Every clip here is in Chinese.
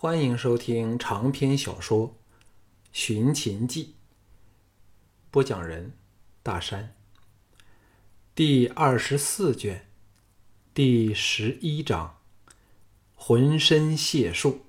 欢迎收听长篇小说《寻秦记》，播讲人大山，第24卷，第11章，浑身解数。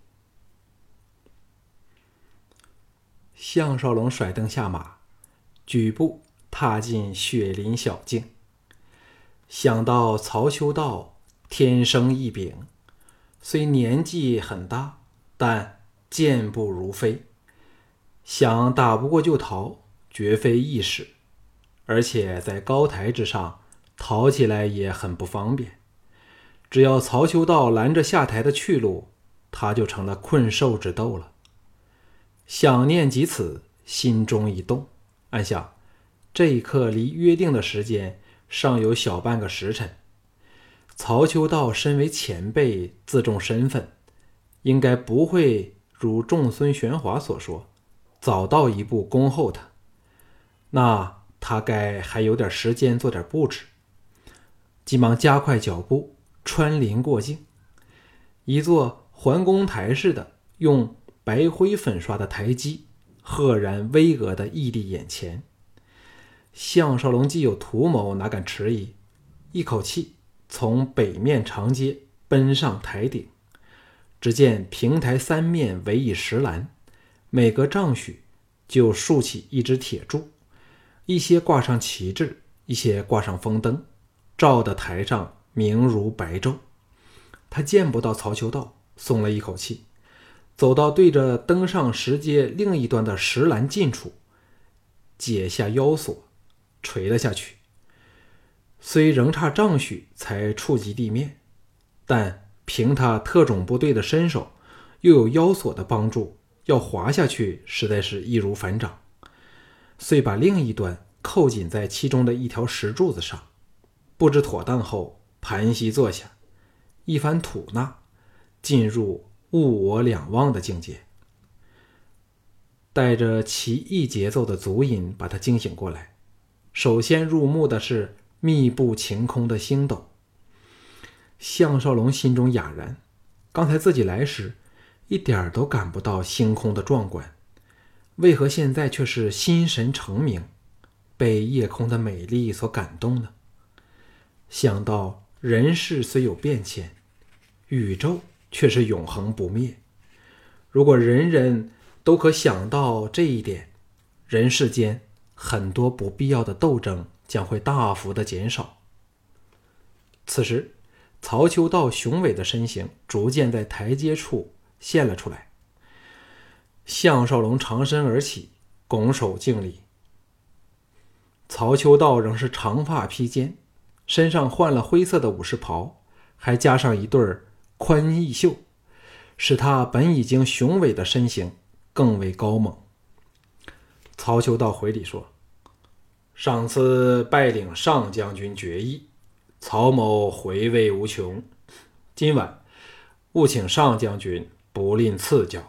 项少龙甩蹬下马，举步踏进雪林小径。想到曹秋道天生异禀，虽年纪很大，但健步如飞，想打不过就逃，绝非易事。而且在高台之上，逃起来也很不方便。只要曹秋道拦着下台的去路，他就成了困兽之斗了。想念及此，心中一动，暗想这一刻离约定的时间尚有小半个时辰。曹秋道身为前辈，自重身份，应该不会如仲孙玄华所说早到一步恭候他，那他该还有点时间做点布置。急忙加快脚步，穿林过境。一座环宫台似的用白灰粉刷的台基赫然巍峨地屹立眼前。项少龙既有图谋，哪敢迟疑，一口气从北面长街奔上台顶。只见平台三面围以石栏，每隔丈许就竖起一只铁柱，一些挂上旗帜，一些挂上风灯，照得台上明如白昼。他见不到曹秋道，松了一口气，走到对着登上石阶另一端的石栏近处，解下腰锁，垂了下去。虽仍差丈许才触及地面，但凭他特种部队的身手，又有腰锁的帮助，要滑下去实在是易如反掌。遂把另一端扣紧在其中的一条石柱子上，布置妥当后，盘膝坐下，一番吐纳，进入物我两忘的境界。带着奇异节奏的足音把他惊醒过来。首先入目的是密布晴空的星斗。项少龙心中哑然，刚才自己来时一点都感不到星空的壮观，为何现在却是心神澄明，被夜空的美丽所感动呢？想到人世虽有变迁，宇宙却是永恒不灭。如果人人都可想到这一点，人世间很多不必要的斗争将会大幅的减少。此时曹秋道雄伟的身形逐渐在台阶处现了出来。项少龙长身而起，拱手敬礼。曹秋道仍是长发披肩，身上换了灰色的武士袍，还加上一对宽衣袖，使他本已经雄伟的身形更为高猛。曹秋道回礼说：上次拜领上将军决议，曹某回味无穷，今晚务请上将军不吝赐教。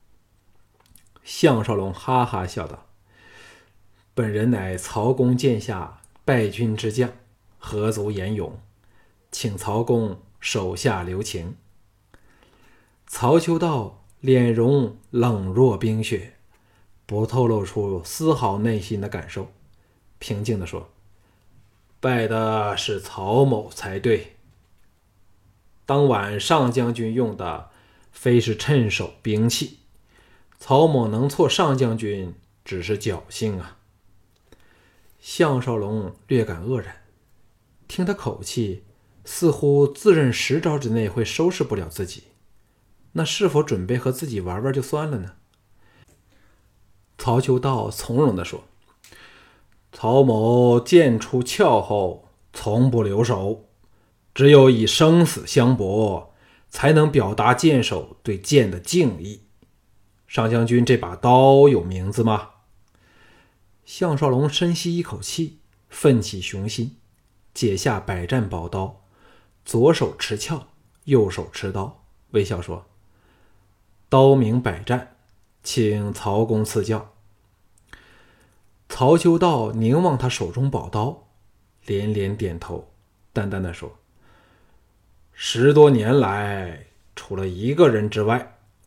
项少龙哈哈笑道：本人乃曹公剑下败军之将，何足言勇，请曹公手下留情。曹秋道脸容冷若冰雪，不透露出丝毫内心的感受，平静地说：拜的是曹某才对。当晚上将军用的非是趁手兵器，曹某能错上将军只是侥幸啊。项少龙略感愕然，听他口气似乎自认10招之内会收拾不了自己，那是否准备和自己玩玩就算了呢？曹秋道从容地说：曹某剑出鞘后从不留手，只有以生死相搏，才能表达剑手对剑的敬意。上将军这把刀有名字吗？项少龙深吸一口气，奋起雄心，解下百战宝刀，左手持鞘，右手持刀，微笑说：刀名百战，请曹公赐教。曹秋道凝望他手中宝刀，连连点头，淡淡的说：10多年来，除了一个人之外，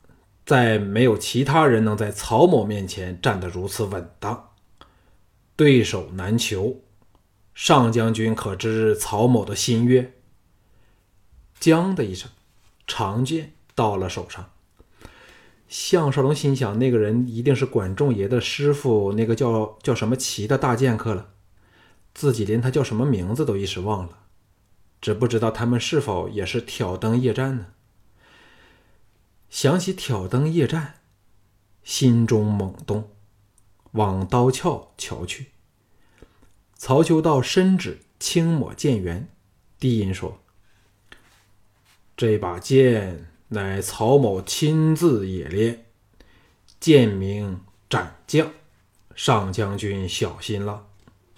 再没有其他人能在曹某面前站得如此稳当，对手难求。上将军可知曹某的心约？将的一声，长剑到了手上。项少龙心想，那个人一定是管仲爷的师傅，那个叫什么齐的大剑客了。自己连他叫什么名字都一时忘了，只不知道他们是否也是挑灯夜战呢？想起挑灯夜战，心中猛动，往刀鞘瞧去。曹秋道伸指轻抹剑缘，低吟说：“这把剑乃曹某亲自冶炼，剑名斩将，上将军小心了。”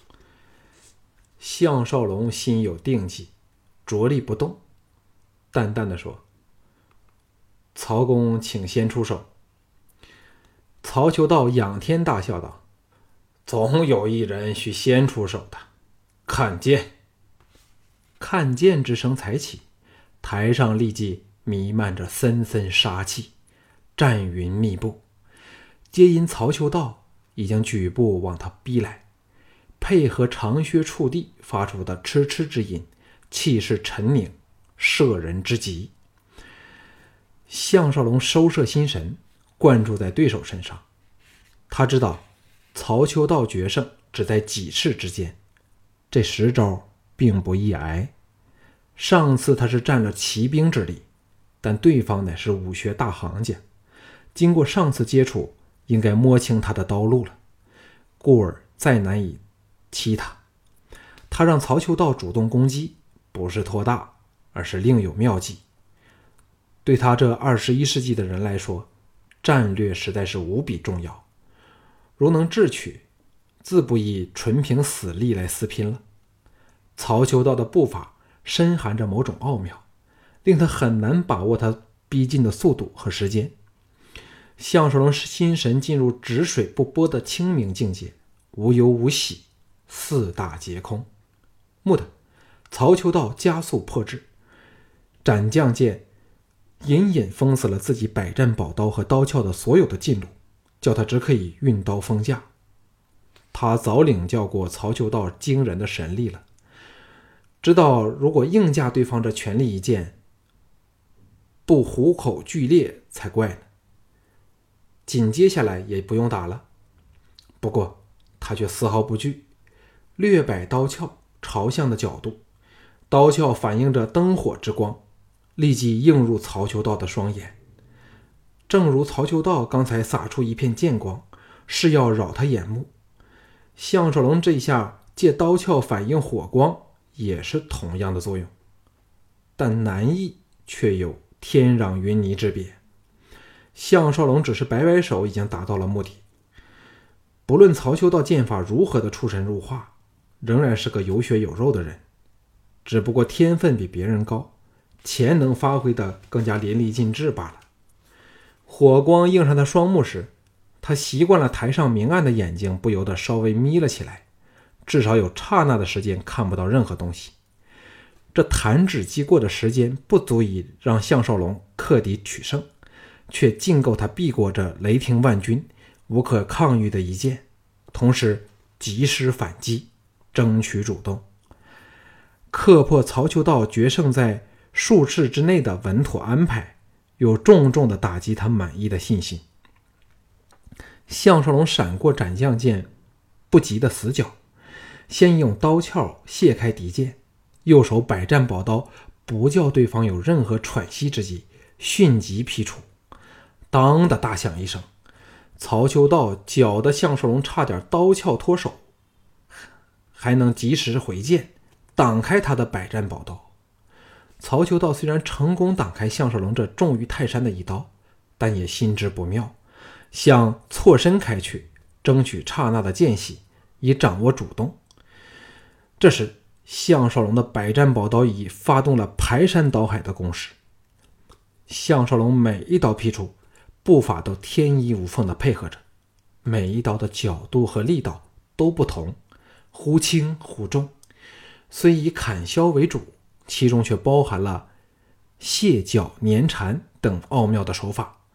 项少龙心有定计，着力不动，淡淡的说：“曹公请先出手。”曹秋道仰天大笑道：“总有一人需先出手的，看剑！”看剑之声才起，台上立即弥漫着森森杀气，战云密布。皆因曹秋道已经举步往他逼来，配合长靴触地发出的嗤嗤之音，气势沉凝，摄人之极。项少龙收摄心神，灌注在对手身上。他知道曹秋道决胜只在几式之间，这10招并不易挨。上次他是占了骑兵之力，但对方乃是武学大行家，经过上次接触，应该摸清他的刀路了，故而再难以欺他。他让曹秋道主动攻击，不是托大，而是另有妙计。对他这21世纪的人来说，战略实在是无比重要。如能智取，自不以纯凭死力来厮拼了。曹秋道的步伐深含着某种奥妙，令他很难把握他逼近的速度和时间。项少龙心神进入止水不波的清明境界，无忧无喜，四大皆空。蓦地，曹秋道加速破至，斩将剑隐隐封死了自己百战宝刀和刀鞘的所有的进路，叫他只可以运刀锋架。他早领教过曹秋道惊人的神力了，知道如果硬架对方这全力一剑，不虎口俱裂才怪呢。紧接下来也不用打了，不过他却丝毫不惧，略摆刀鞘朝向的角度，刀鞘反映着灯火之光，立即映入曹秋道的双眼。正如曹秋道刚才洒出一片剑光，是要扰他眼目，项少龙这一下借刀鞘反映火光，也是同样的作用，但难易却有天壤云泥之别。项少龙只是摆摆手，已经达到了目的。不论曹秋道剑法如何的出神入化，仍然是个有血有肉的人，只不过天分比别人高，潜能发挥的更加淋漓尽致罢了。火光映上他双目时，他习惯了台上明暗的眼睛不由得稍微眯了起来，至少有刹那的时间看不到任何东西。这弹指即过的时间不足以让项少龙克敌取胜，却尽够他避过这雷霆万钧无可抗御的一剑，同时及时反击，争取主动，克破曹秋道决胜在数次之内的稳妥安排，又重重的打击他满意的信心。项少龙闪过斩将剑不及的死角，先用刀鞘卸开敌剑，右手百战宝刀不叫对方有任何喘息之机，迅即劈出。当的大响一声，曹秋道搅得项少龙差点刀鞘脱手，还能及时回剑挡开他的百战宝刀。曹秋道虽然成功挡开项少龙这重于泰山的一刀，但也心知不妙，想错身开去，争取刹那的间隙，以掌握主动。这时项少龙的百战宝刀已发动了排山倒海的攻势，项少龙每一刀劈出，步伐都天衣无缝的配合着，每一刀的角度和力道都不同，忽轻忽重，虽以砍削为主，其中却包含了卸脚粘缠等奥妙的手法，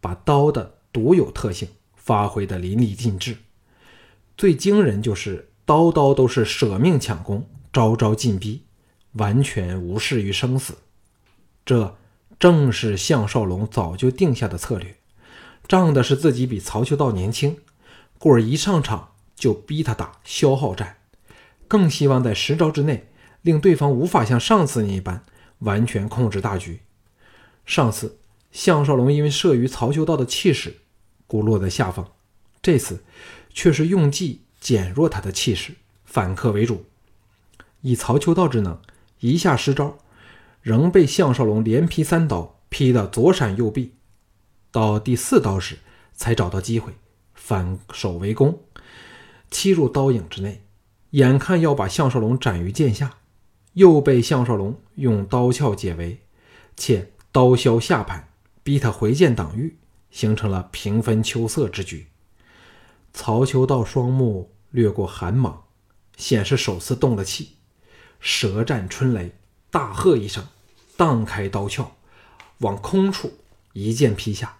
把刀的独有特性发挥得淋漓尽致。最惊人就是刀刀都是舍命抢攻，招招进逼，完全无视于生死。这正是项少龙早就定下的策略，仗的是自己比曹秋道年轻，故而一上场就逼他打消耗战，更希望在10招之内令对方无法像上次那一般完全控制大局。上次项少龙因为慑于曹秋道的气势，故落在下风，这次却是用计减弱他的气势，反客为主。以曹秋道之能，一下10招仍被项少龙连劈3刀，劈得左闪右避，到第4刀时才找到机会反手为攻，欺入刀影之内，眼看要把项少龙斩于剑下，又被项少龙用刀鞘解围，且刀削下盘，逼他回剑挡御，形成了平分秋色之局。曹秋道双目掠过寒芒，显示首次动了气，舌战春雷，大喝一声，荡开刀鞘，往空处一剑劈下。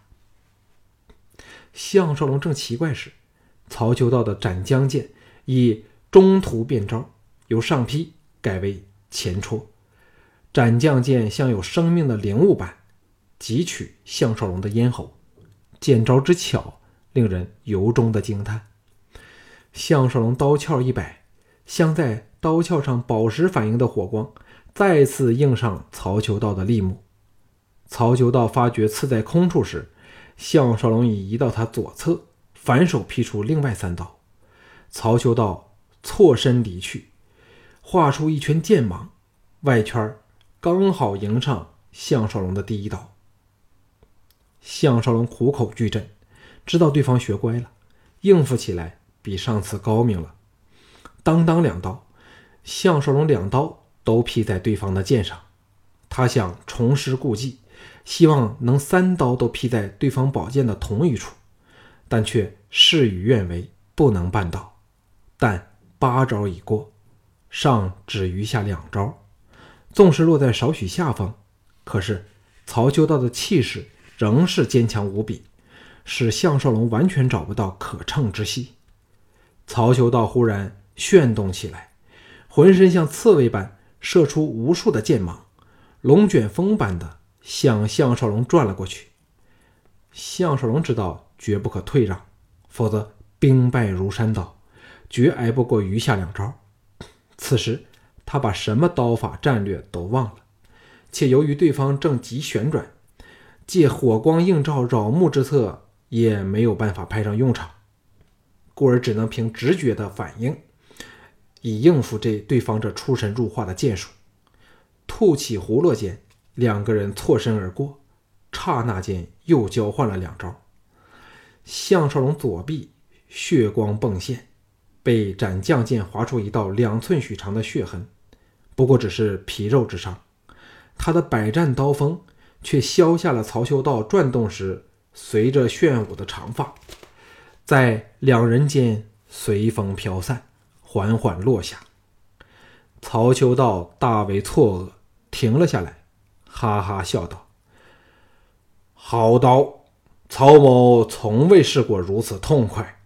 项少龙正奇怪时，曹秋道的斩将剑以中途变招，由上劈改为前戳，斩将剑像有生命的灵物般汲取项少龙的咽喉，剑招之巧，令人由衷的惊叹。项少龙刀鞘一摆，镶在刀鞘上宝石反应的火光再次映上曹秋道的立目。曹秋道发觉刺在空处时，项少龙已移到他左侧，反手劈出另外3刀。曹秋道错身离去，画出一圈剑芒，外圈刚好迎上项少龙的第1刀。项少龙虎口巨震，知道对方学乖了，应付起来比上次高明了。当当2刀，项少龙2刀都劈在对方的剑上。他想重施故技，希望能3刀都劈在对方宝剑的同一处，但却事与愿违，不能办到。但8招已过，尚只余下2招，纵是落在少许下风，可是曹秋道的气势仍是坚强无比，使项少龙完全找不到可乘之隙。曹秋道忽然旋动起来，浑身像刺猬般射出无数的剑芒，龙卷风般的向项少龙转了过去。项少龙知道绝不可退让，否则兵败如山倒，绝挨不过余下2招。此时他把什么刀法战略都忘了，且由于对方正急旋转，借火光映照扰目之策也没有办法派上用场，故而只能凭直觉的反应，以应付对方这出神入化的剑术。吐起葫芦间，2个人错身而过，刹那间又交换了2招。项少龙左臂血光迸现，被斩将剑划出一道2寸许长的血痕，不过只是皮肉之伤，他的百战刀锋却削下了曹秋道转动时随着炫舞的长发，在2人间随风飘散，缓缓落下。曹秋道大为错愕，停了下来，哈哈笑道：“好刀，曹某从未试过如此痛快。”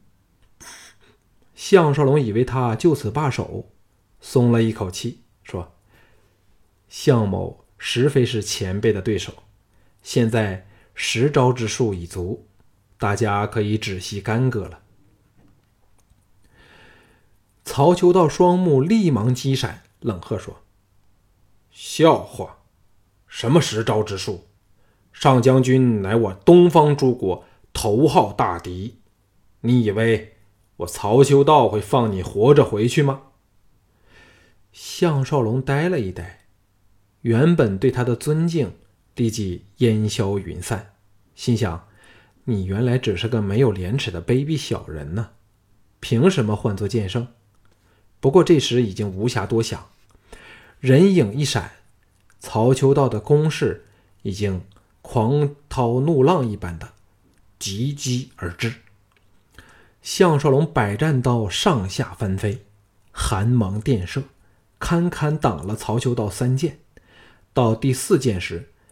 项少龙以为他就此罢手，松了一口气，说：“项某实非是前辈的对手，现在10招之数已足，大家可以止息干戈了。”曹秋道双目立芒激闪，冷喝说：“笑话！什么10招之术？上将军乃我东方诸国头号大敌，你以为我曹秋道会放你活着回去吗？”项少龙呆了一呆，原本对他的尊敬立即烟消云散，心想：你原来只是个没有廉耻的卑鄙小人呢，凭什么换作剑圣？不过这时已经无暇多想，人影一闪，曹秋道的攻势已经狂涛怒浪一般的急击而至。项少龙百战刀上下翻飞，寒芒电射，堪堪挡了曹秋道3剑。到第4剑时，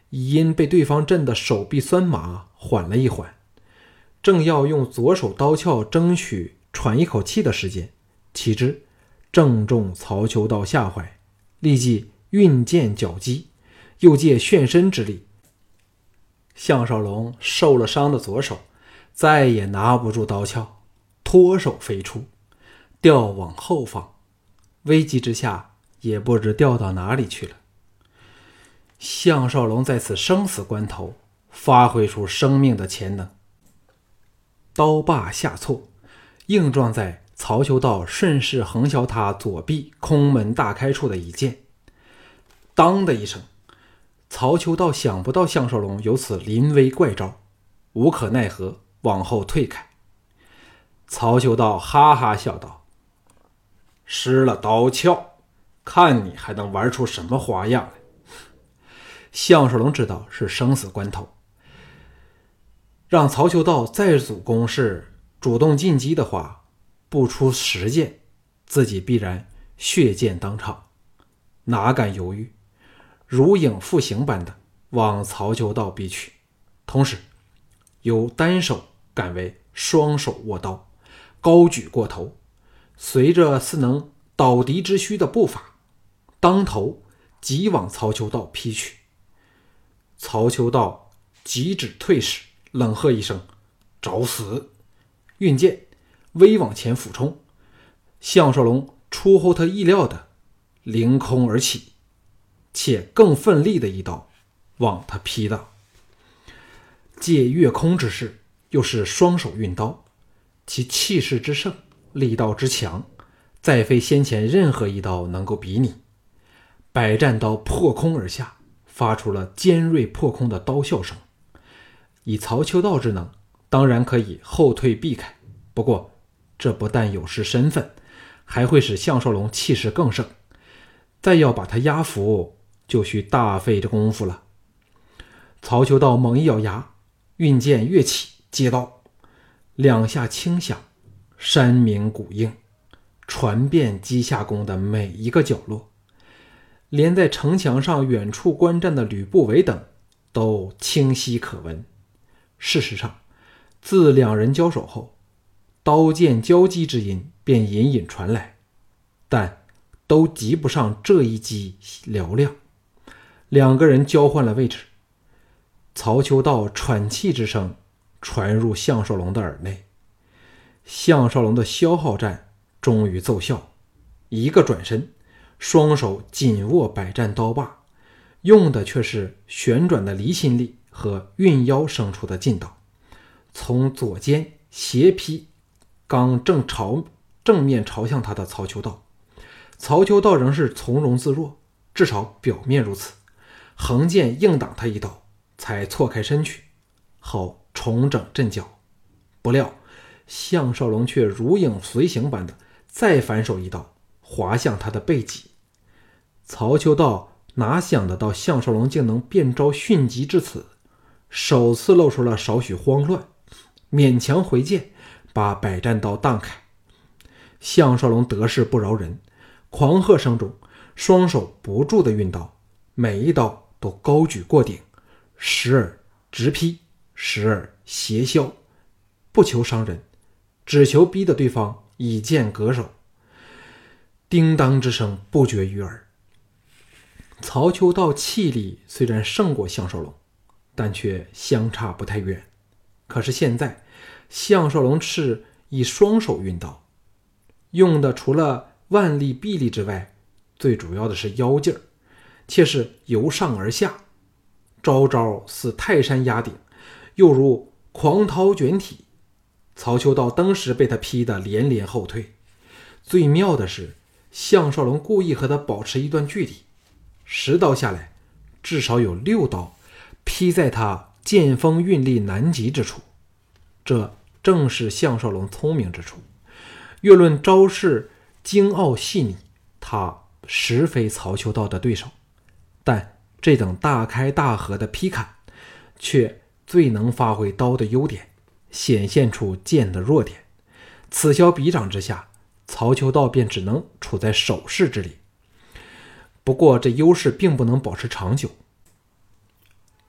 已因被对方震得手臂酸麻，缓了一缓，正要用左手刀鞘争取喘一口气的时间，岂知正中曹秋道下怀，立即运剑绞击，又借旋身之力，项少龙受了伤的左手再也拿不住刀鞘，脱手飞出，掉往后方，危急之下也不知掉到哪里去了。项少龙在此生死关头发挥出生命的潜能，刀把下挫，硬撞在曹秋道顺势横削他左臂空门大开处的一剑。当的一声，曹秋道想不到项少龙有此临危怪招，无可奈何往后退开。曹秋道哈哈笑道：失了刀鞘，看你还能玩出什么花样来。项少龙知道是生死关头，让曹秋道再组攻势主动进击的话，不出10剑自己必然血溅当场，哪敢犹豫，如影复形般的往曹秋道逼去，同时由单手改为双手握刀，高举过头，随着似能倒敌之虚的步伐，当头即往曹秋道劈去。曹秋道急止退时，冷喝一声：找死！运剑微往前俯冲，项少龙出乎他意料的凌空而起，且更奋力的一刀往他劈到。借跃空之势，又是双手运刀，其气势之盛，力道之强，再非先前任何一刀能够比拟。百战刀破空而下，发出了尖锐破空的刀啸声。以曹秋道之能，当然可以后退避开，不过这不但有失身份，还会使项少龙气势更盛，再要把他压服，就需大费这功夫了。曹秋道猛一咬牙，运剑跃起接刀，两下轻响，山鸣谷应，传遍鸡下宫的每一个角落，连在城墙上远处观战的吕不韦等都清晰可闻。事实上，自两人交手后，刀剑交击之音便隐隐传来，但都及不上这一击嘹亮。两个人交换了位置，曹秋道喘气之声传入项少龙的耳内。项少龙的消耗战终于奏效，一个转身，双手紧握百战刀把，用的却是旋转的离心力和运腰生出的劲道，从左肩斜劈刚正面朝向他的曹秋道。曹秋道仍是从容自若，至少表面如此，横剑硬挡他一刀，才错开身去，好重整阵脚。不料项少龙却如影随形般的再反手一刀，划向他的背脊。曹秋道哪想得到项少龙竟能变招迅疾至此，首次露出了少许慌乱，勉强回剑，把百战刀荡开。项少龙得势不饶人，狂喝声中，双手不住的运刀，每一刀都高举过顶，时而直劈，时而斜削，不求伤人，只求逼得对方以剑割手。叮当之声不绝于耳。曹秋道气力虽然胜过项少龙，但却相差不太远。可是现在项少龙是以双手运刀，用的除了腕力臂力之外，最主要的是腰劲儿，且是由上而下，招招似泰山压顶，又如狂涛卷体。曹秋道当时被他劈得连连后退。最妙的是，项少龙故意和他保持一段距离，10刀下来，至少有6刀劈在他剑锋运力难及之处。这正是项少龙聪明之处。越论招式精奥细腻，他实非曹秋道的对手，但这等大开大合的劈砍，却最能发挥刀的优点，显现出剑的弱点。此消彼长之下，曹秋道便只能处在守势之里。不过这优势并不能保持长久。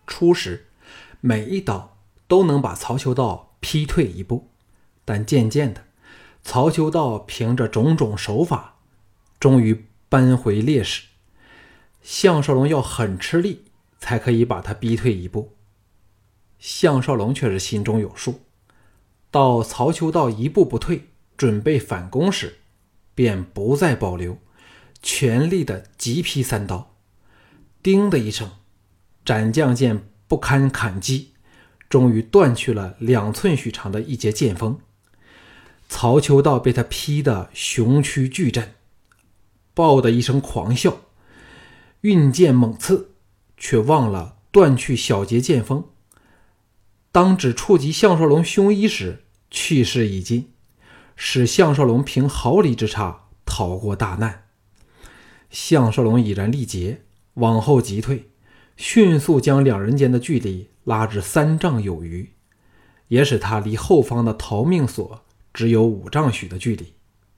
初时每一刀都能把曹秋道劈退一步，但渐渐的，曹秋道凭着种种手法，终于扳回劣势。项少龙要很吃力才可以把他逼退一步。项少龙却是心中有数，到曹秋道一步不退，准备反攻时，便不再保留，全力的急劈3刀。叮的一声，斩将剑不堪砍击，终于断去了2寸许长的一截剑锋。曹秋道被他劈得雄躯巨震，爆的一声狂笑，运剑猛刺，却忘了断去小节剑锋。当只触及项少龙胸衣时，去势已尽，使项少龙凭毫厘之差逃过大难。项少龙已然力竭，往后急退，迅速将2人间的距离拉至3丈有余，也使他离后方的逃命索只有5丈许的距离。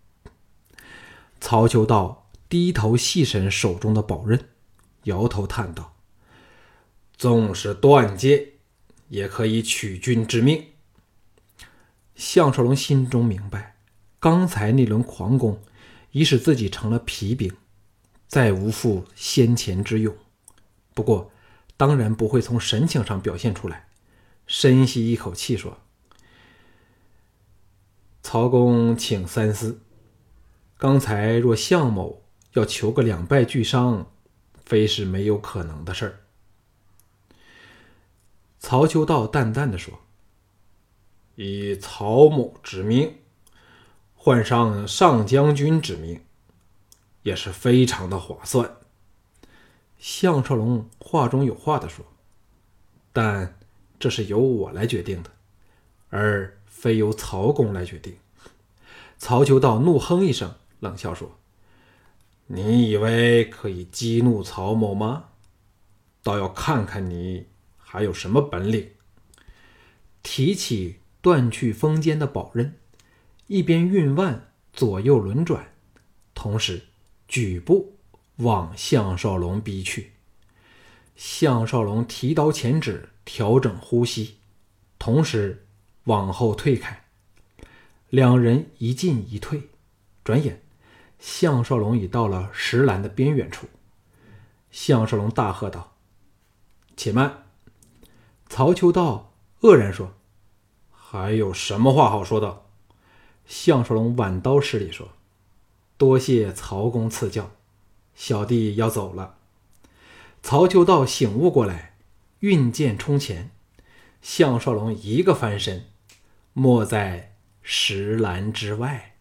曹秋道低头细审手中的宝刃，摇头叹道：“纵使断剑，也可以取君之命。”项少龙心中明白，刚才那轮狂攻已使自己成了疲兵，再无复先前之勇。不过当然不会从神情上表现出来，深吸一口气说：“曹公请三思，刚才若项某要求个2败俱伤，非是没有可能的事儿。”曹秋道淡淡的说：“以曹某之命换上上将军之命，也是非常的划算。”项少龙话中有话的说：“但这是由我来决定的，而非由曹公来决定。”曹秋道怒哼一声，冷笑说：“你以为可以激怒曹某吗？倒要看看你还有什么本领。”提起断去锋尖的宝刃，一边运腕左右轮转，同时举步往项少龙逼去。项少龙提刀前指，调整呼吸，同时往后退开。2人一进一退，转眼项少龙已到了石栏的边缘处。项少龙大喝道：“且慢！”曹秋道愕然说：“还有什么话好说的？”项少龙挽刀施礼说：“多谢曹公赐教，小弟要走了。”曹秋道醒悟过来，运剑冲前，项少龙一个翻身，没在石栏之外。